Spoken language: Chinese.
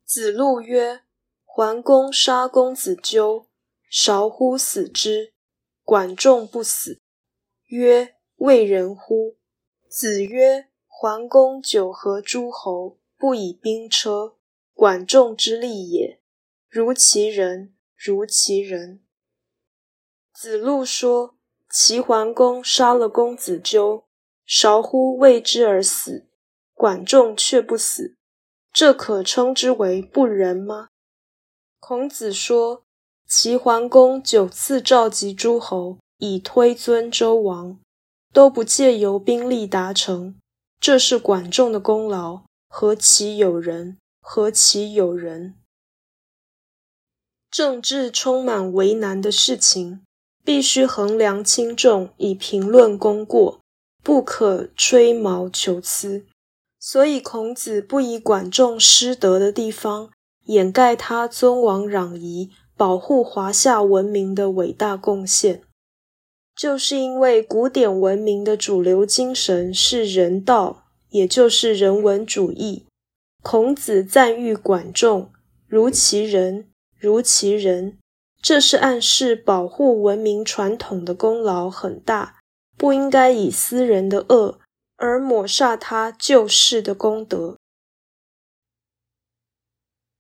子路曰：桓公杀公子纠，韶乎死之，管仲不死。曰：为人乎？子曰：桓公九合诸侯，不以兵车，管仲之利也。如其人，如其人。子路说，齐桓公杀了公子纠，韶乎为之而死，管仲却不死，这可称之为不仁吗？孔子说，齐桓公9次召集诸侯，以推尊周王，都不借由兵力达成，这是管仲的功劳，何其有人，何其有人。政治充满为难的事情，必须衡量轻重以评论功过，不可吹毛求疵。所以孔子不以管仲失德的地方掩盖他尊王攘夷、保护华夏文明的伟大贡献。就是因为古典文明的主流精神是人道，也就是人文主义，孔子赞誉管仲，如其人，如其人，这是暗示保护文明传统的功劳很大，不应该以私人的恶而抹煞他救世的功德。